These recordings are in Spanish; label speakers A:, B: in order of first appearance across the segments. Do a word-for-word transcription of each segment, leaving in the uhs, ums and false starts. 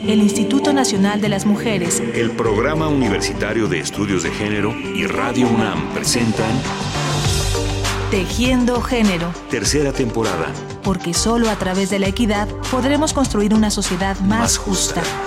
A: el Instituto Nacional de las Mujeres,
B: el Programa Universitario de Estudios de Género y Radio UNAM presentan
A: Tejiendo Género,
B: tercera temporada.
A: Porque solo a través de la equidad podremos construir una sociedad más,
B: Más justa.
A: justa.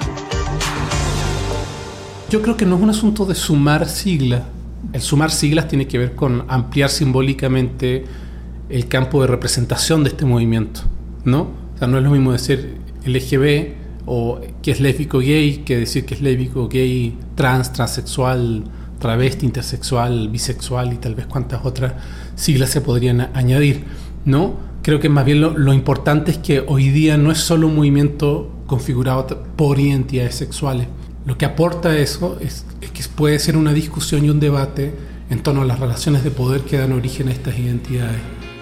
C: Yo creo que no es un asunto de sumar siglas. El sumar siglas tiene que ver con ampliar simbólicamente el campo de representación de este movimiento, ¿no? O sea, no es lo mismo decir L G B o que es lésbico gay que decir que es lésbico gay, trans, transexual, travesti, intersexual, bisexual y tal vez cuantas otras siglas se podrían a- añadir, ¿no? Creo que más bien lo, lo importante es que hoy día no es solo un movimiento configurado t- por identidades sexuales. Lo que aporta eso es, es que puede ser una discusión y un debate en torno a las relaciones de poder que dan origen a estas identidades.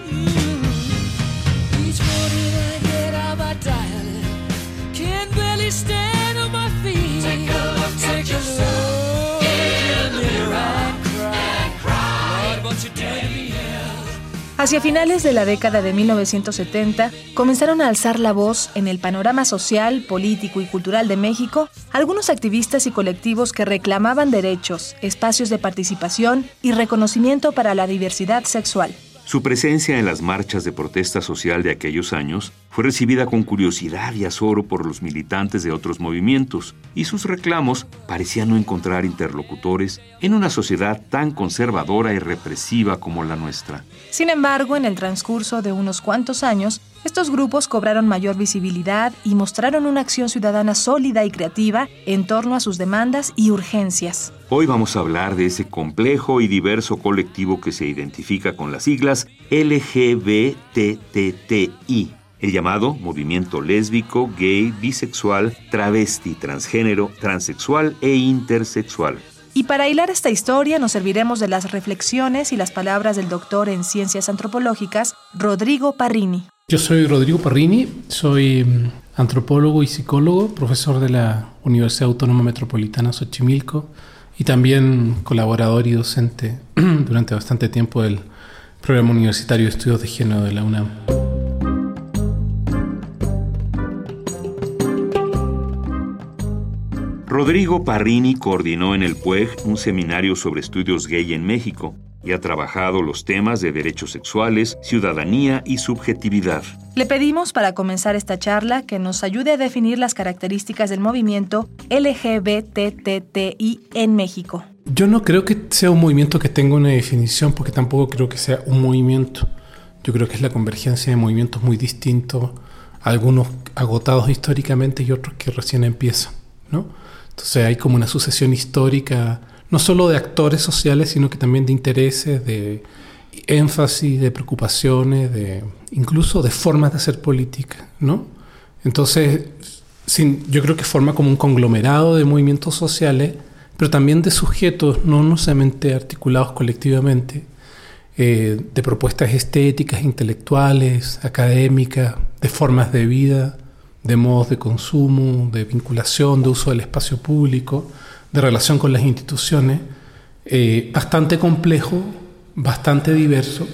D: Each morning I get out my diet, can't barely stand on my feet. Take a look at yourself in the mirror and cry. Lord, what you doing to me?
A: Hacia finales de la década de mil novecientos setenta, comenzaron a alzar la voz en el panorama social, político y cultural de México algunos activistas y colectivos que reclamaban derechos, espacios de participación y reconocimiento para la diversidad sexual.
B: Su presencia en las marchas de protesta social de aquellos años fue recibida con curiosidad y azoro por los militantes de otros movimientos, y sus reclamos parecían no encontrar interlocutores en una sociedad tan conservadora y represiva como la nuestra.
A: Sin embargo, en el transcurso de unos cuantos años, estos grupos cobraron mayor visibilidad y mostraron una acción ciudadana sólida y creativa en torno a sus demandas y urgencias.
B: Hoy vamos a hablar de ese complejo y diverso colectivo que se identifica con las siglas L G B T T T I, el llamado movimiento lésbico, gay, bisexual, travesti, transgénero, transexual e intersexual.
A: Y para hilar esta historia nos serviremos de las reflexiones y las palabras del doctor en Ciencias Antropológicas, Rodrigo Parrini.
C: Yo soy Rodrigo Parrini, soy mm, antropólogo y psicólogo, profesor de la Universidad Autónoma Metropolitana Xochimilco y también colaborador y docente durante bastante tiempo del Programa Universitario de Estudios de Género de la UNAM.
B: Rodrigo Parrini coordinó en el P U E G un seminario sobre estudios gay en México y ha trabajado los temas de derechos sexuales, ciudadanía y subjetividad.
A: Le pedimos para comenzar esta charla que nos ayude a definir las características del movimiento L G B T T T I en México.
C: Yo no creo que sea un movimiento que tenga una definición, porque tampoco creo que sea un movimiento. Yo creo que es la convergencia de movimientos muy distintos, algunos agotados históricamente y otros que recién empiezan, ¿no? Entonces hay como una sucesión histórica, no solo de actores sociales, sino que también de intereses, de énfasis, de preocupaciones, de incluso de formas de hacer política, ¿no? Entonces, sin, yo creo que forma como un conglomerado de movimientos sociales, pero también de sujetos no necesariamente articulados colectivamente, eh, de propuestas estéticas, intelectuales, académicas, de formas de vida, de modos de consumo, de vinculación, de uso del espacio público, de relación con las instituciones, eh, bastante complejo, bastante diverso.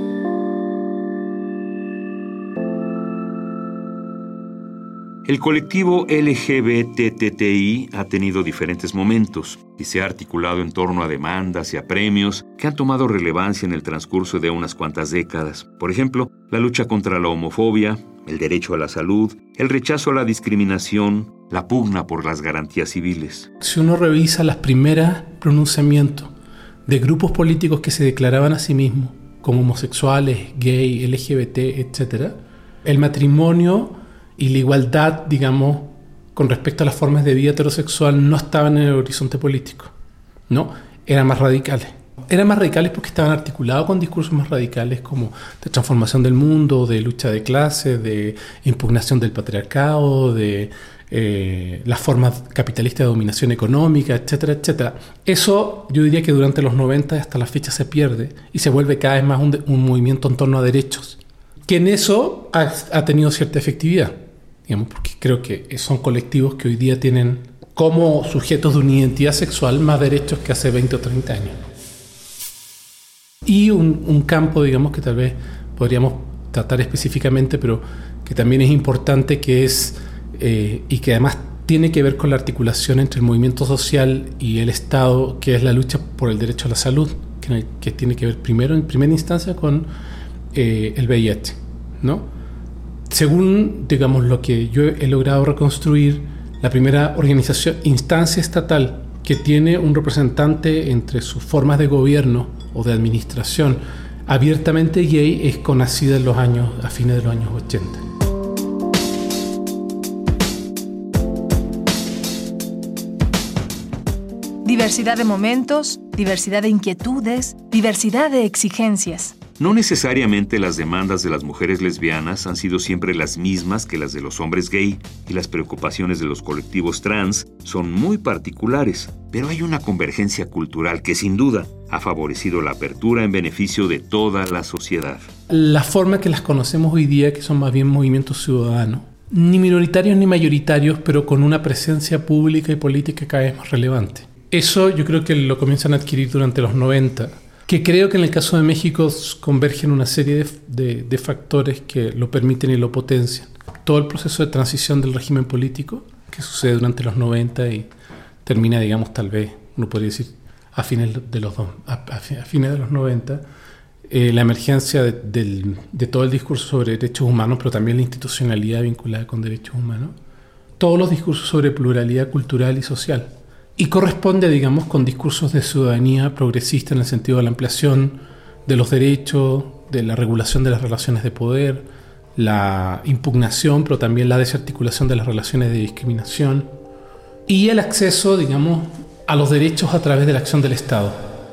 B: El colectivo L G B T T T I ha tenido diferentes momentos y se ha articulado en torno a demandas y a premios que han tomado relevancia en el transcurso de unas cuantas décadas. Por ejemplo, la lucha contra la homofobia, el derecho a la salud, el rechazo a la discriminación, la pugna por las garantías civiles.
C: Si uno revisa los primeros pronunciamientos de grupos políticos que se declaraban a sí mismos como homosexuales, gay, L G B T, etcétera, el matrimonio y la igualdad, digamos, con respecto a las formas de vida heterosexual no estaban en el horizonte político, ¿no? Eran más radicales. Eran más radicales porque estaban articulados con discursos más radicales como de transformación del mundo, de lucha de clases, de impugnación del patriarcado, de eh, las formas capitalistas de dominación económica, etcétera, etcétera. Eso yo diría que durante los noventa hasta la fecha se pierde y se vuelve cada vez más un, de, un movimiento en torno a derechos, que en eso ha, ha tenido cierta efectividad, digamos, porque creo que son colectivos que hoy día tienen como sujetos de una identidad sexual más derechos que hace veinte o treinta años. Y un, un campo, digamos, que tal vez podríamos tratar específicamente, pero que también es importante, que es, eh, y que además tiene que ver con la articulación entre el movimiento social y el Estado, que es la lucha por el derecho a la salud, que, que tiene que ver primero, en primera instancia, con eh, el V I H, ¿no? Según, digamos, lo que yo he logrado reconstruir, la primera organización, instancia estatal que tiene un representante entre sus formas de gobierno o de administración abiertamente gay es conocida en los años, a fines de los años ochenta.
A: Diversidad de momentos, diversidad de inquietudes, diversidad de exigencias.
B: No necesariamente las demandas de las mujeres lesbianas han sido siempre las mismas que las de los hombres gay, y las preocupaciones de los colectivos trans son muy particulares, pero hay una convergencia cultural que sin duda ha favorecido la apertura en beneficio de toda la sociedad.
C: La forma que las conocemos hoy día, que son más bien movimientos ciudadanos, ni minoritarios ni mayoritarios, pero con una presencia pública y política cada vez más relevante. Eso yo creo que lo comienzan a adquirir durante los noventa, que creo que en el caso de México convergen una serie de, de, de factores que lo permiten y lo potencian. Todo el proceso de transición del régimen político que sucede durante los noventa y termina, digamos, tal vez, uno podría decir, a fines de los, a, a fines de los noventa, eh, la emergencia de, de, de todo el discurso sobre derechos humanos, pero también la institucionalidad vinculada con derechos humanos, todos los discursos sobre pluralidad cultural y social. Y corresponde, digamos, con discursos de ciudadanía progresista en el sentido de la ampliación de los derechos, de la regulación de las relaciones de poder, la impugnación, pero también la desarticulación de las relaciones de discriminación y el acceso, digamos, a los derechos a través de la acción del Estado.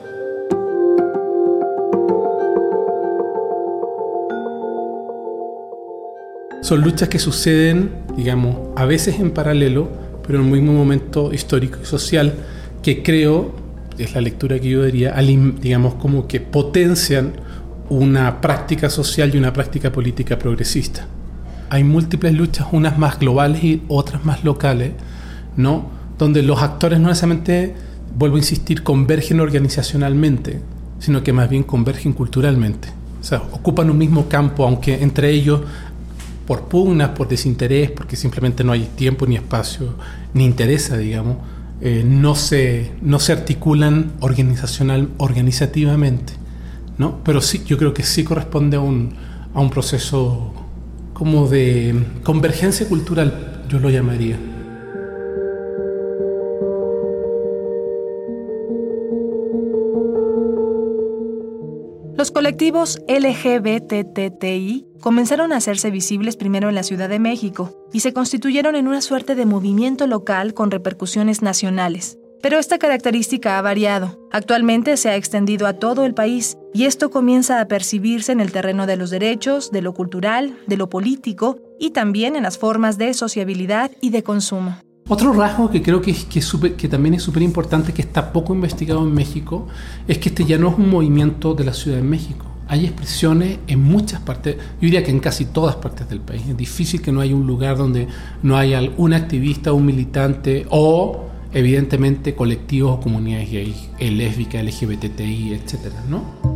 C: Son luchas que suceden, digamos, a veces en paralelo, pero en un mismo momento histórico y social, que creo, es la lectura que yo diría, digamos, como que potencian una práctica social y una práctica política progresista. Hay múltiples luchas, unas más globales y otras más locales, ¿no? Donde los actores no necesariamente, vuelvo a insistir, convergen organizacionalmente, sino que más bien convergen culturalmente. O sea, ocupan un mismo campo, aunque entre ellos, por pugnas, por desinterés, porque simplemente no hay tiempo ni espacio, ni interesa, digamos, eh, no, se, no se articulan organizacional, organizativamente, ¿no? Pero sí, yo creo que sí corresponde a un, a un proceso como de convergencia cultural, yo lo llamaría.
A: Los colectivos L G B T T I comenzaron a hacerse visibles primero en la Ciudad de México y se constituyeron en una suerte de movimiento local con repercusiones nacionales. Pero esta característica ha variado. Actualmente se ha extendido a todo el país y esto comienza a percibirse en el terreno de los derechos, de lo cultural, de lo político y también en las formas de sociabilidad y de consumo.
C: Otro rasgo que creo que, es, que, es super, que también es súper importante, que está poco investigado en México, es que este ya no es un movimiento de la Ciudad de México. Hay expresiones en muchas partes, yo diría que en casi todas partes del país. Es difícil que no haya un lugar donde no haya un activista, un militante o, evidentemente, colectivos o comunidades gay, lésbicas, L G B T T I, etcétera, ¿no?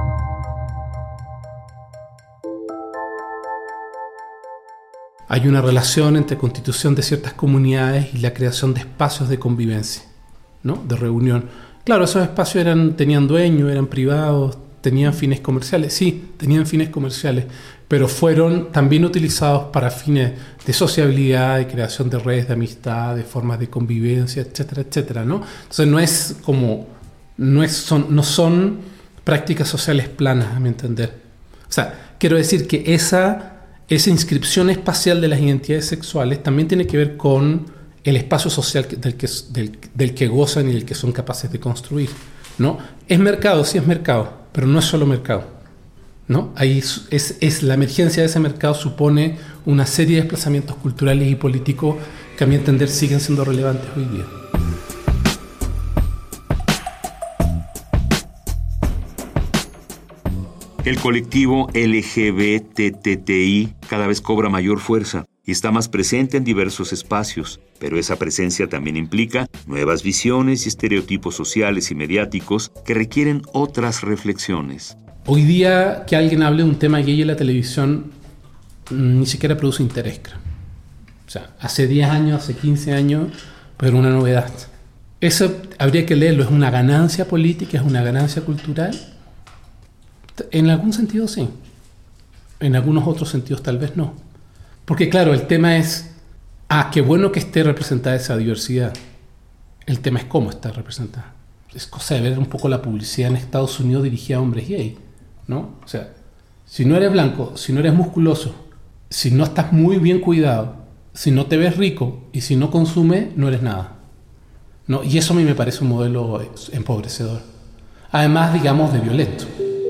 C: Hay una relación entre constitución de ciertas comunidades y la creación de espacios de convivencia, ¿no? De reunión. Claro, esos espacios eran, tenían dueños, eran privados, tenían fines comerciales, sí, tenían fines comerciales, pero fueron también utilizados para fines de sociabilidad, de creación de redes de amistad, de formas de convivencia, etcétera, etcétera, ¿no? Entonces no es como, no, es, son, no son prácticas sociales planas, a mi entender. O sea, quiero decir que esa... Esa inscripción espacial de las identidades sexuales también tiene que ver con el espacio social del que, del, del que gozan y del que son capaces de construir, ¿no? Es mercado, sí es mercado, pero no es solo mercado, ¿no? Ahí es, es, la emergencia de ese mercado supone una serie de desplazamientos culturales y políticos que a mi entender siguen siendo relevantes hoy día.
B: El colectivo L G B T T T I cada vez cobra mayor fuerza y está más presente en diversos espacios, pero esa presencia también implica nuevas visiones y estereotipos sociales y mediáticos que requieren otras reflexiones.
C: Hoy día que alguien hable de un tema gay en la televisión ni siquiera produce interés, creo. sea, hace diez años, hace quince años, pero una novedad. Eso habría que leerlo. ¿Es una ganancia política? ¿Es una ganancia cultural? En algún sentido sí. En algunos otros sentidos tal vez no. Porque claro, el tema es, ah, qué bueno que esté representada esa diversidad. El tema es cómo está representada. Es cosa de ver un poco la publicidad en Estados Unidos dirigida a hombres gay, ¿no? O sea, si no eres blanco, si no eres musculoso, si no estás muy bien cuidado, si no te ves rico y si no consumes, no eres nada, ¿no? Y eso a mí me parece un modelo empobrecedor. Además, digamos, de violento.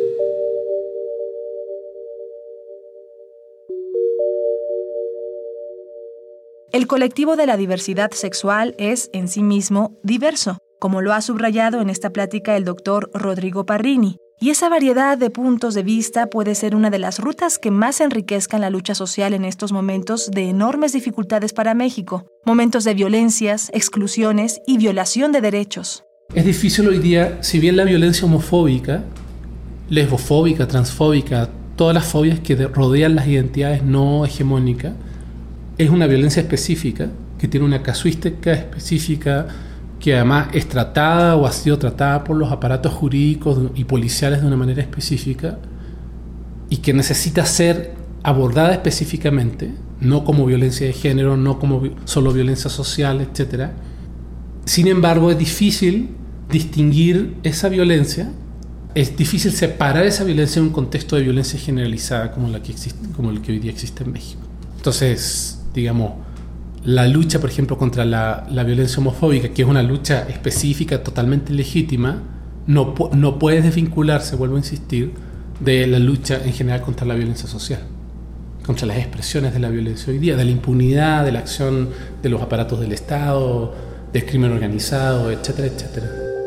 A: El colectivo de la diversidad sexual es, en sí mismo, diverso, como lo ha subrayado en esta plática el doctor Rodrigo Parrini, y esa variedad de puntos de vista puede ser una de las rutas que más enriquezcan la lucha social en estos momentos de enormes dificultades para México, momentos de violencias, exclusiones y violación de derechos.
C: Es difícil hoy día, si bien la violencia homofóbica, lesbofóbica, transfóbica, todas las fobias que rodean las identidades no hegemónicas, es una violencia específica, que tiene una casuística específica, que además es tratada o ha sido tratada por los aparatos jurídicos y policiales de una manera específica y que necesita ser abordada específicamente, no como violencia de género, no como solo violencia social, etcétera. Sin embargo, es difícil distinguir esa violencia, es difícil separar esa violencia en un contexto de violencia generalizada como la que existe, como el que hoy día existe en México. Entonces, digamos, la lucha, por ejemplo, contra la, la violencia homofóbica, que es una lucha específica, totalmente legítima, no, no puede desvincularse, vuelvo a insistir, de la lucha en general contra la violencia social, contra las expresiones de la violencia hoy día, de la impunidad, de la acción de los aparatos del Estado, del crimen organizado, etcétera, etcétera.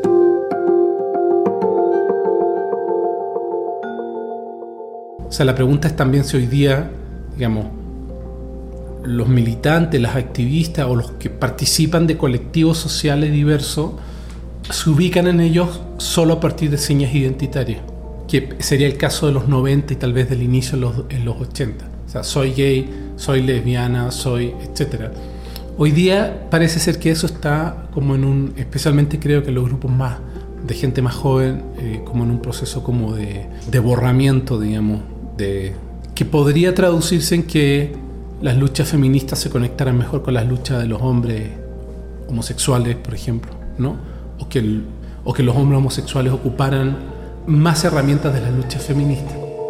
C: O sea, la pregunta es también si hoy día, digamos, los militantes, las activistas o los que participan de colectivos sociales diversos se ubican en ellos solo a partir de señas identitarias, que sería el caso de los noventa y tal vez del inicio en los, en los ochenta. O sea, soy gay, soy lesbiana, soy etcétera. Hoy día parece ser que eso está como en un, especialmente creo que los grupos más de gente más joven, eh, como en un proceso como de, de borramiento, digamos, de, que podría traducirse en que las luchas feministas se conectaran mejor con las luchas de los hombres homosexuales, por ejemplo, ¿no? O que, el, o que los hombres homosexuales ocuparan más herramientas de las luchas feministas.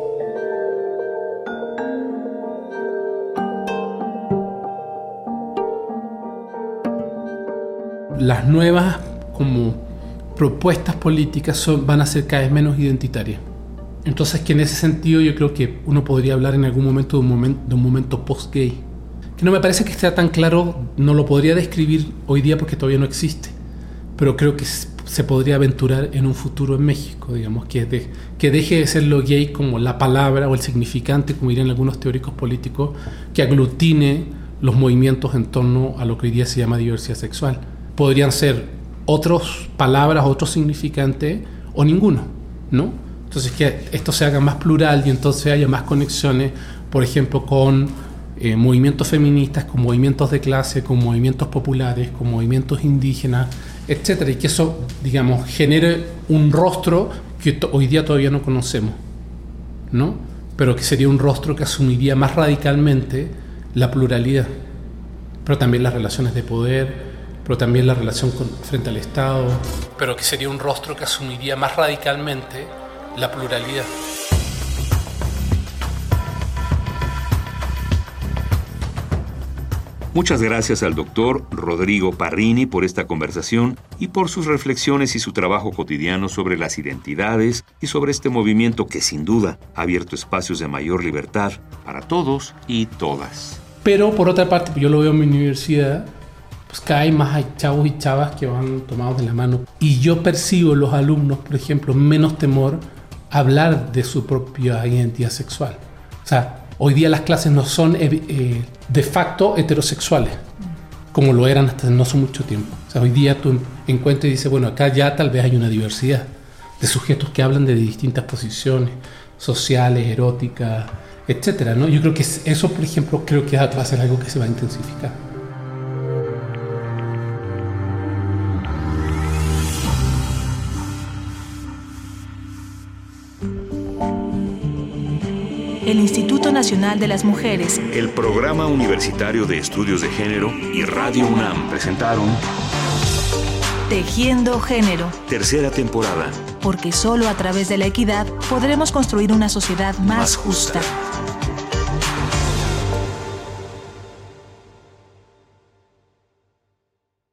C: Las nuevas como propuestas políticas son, van a ser cada vez menos identitarias. Entonces, que en ese sentido yo creo que uno podría hablar en algún momento de un momento, de un momento post-gay. Que no me parece que esté tan claro, no lo podría describir hoy día porque todavía no existe, pero creo que se podría aventurar en un futuro en México, digamos, que, de, que deje de ser lo gay como la palabra o el significante, como dirían algunos teóricos políticos, que aglutine los movimientos en torno a lo que hoy día se llama diversidad sexual. Podrían ser otras palabras, otros significantes o ninguno, ¿no? Entonces que esto se haga más plural y entonces haya más conexiones, por ejemplo, con eh, movimientos feministas, con movimientos de clase, con movimientos populares, con movimientos indígenas, etcétera, y que eso, digamos, genere un rostro que to- hoy día todavía no conocemos, ¿no? Pero que sería un rostro que asumiría más radicalmente la pluralidad, pero también las relaciones de poder, pero también la relación con, frente al Estado, pero que sería un rostro que asumiría más radicalmente la pluralidad.
B: Muchas gracias al doctor Rodrigo Parrini por esta conversación y por sus reflexiones y su trabajo cotidiano sobre las identidades y sobre este movimiento que sin duda ha abierto espacios de mayor libertad para todos y todas.
C: Pero por otra parte, yo lo veo en mi universidad, pues cada vez más hay chavos y chavas que van tomados de la mano y yo percibo en los alumnos, por ejemplo, menos temor hablar de su propia identidad sexual. O sea, hoy día las clases no son eh, de facto heterosexuales, como lo eran hasta no hace mucho tiempo. O sea, hoy día tú encuentras y dices, bueno, acá ya tal vez hay una diversidad de sujetos que hablan de distintas posiciones sociales, eróticas, etcétera, ¿no? Yo creo que eso, por ejemplo, creo que va a ser algo que se va a intensificar.
A: El Instituto Nacional de las Mujeres,
B: el Programa Universitario de Estudios de Género y Radio UNAM presentaron
A: Tejiendo Género,
B: tercera temporada.
A: porque solo a través de la equidad podremos construir una sociedad más,
B: Más
A: justa.
B: justa.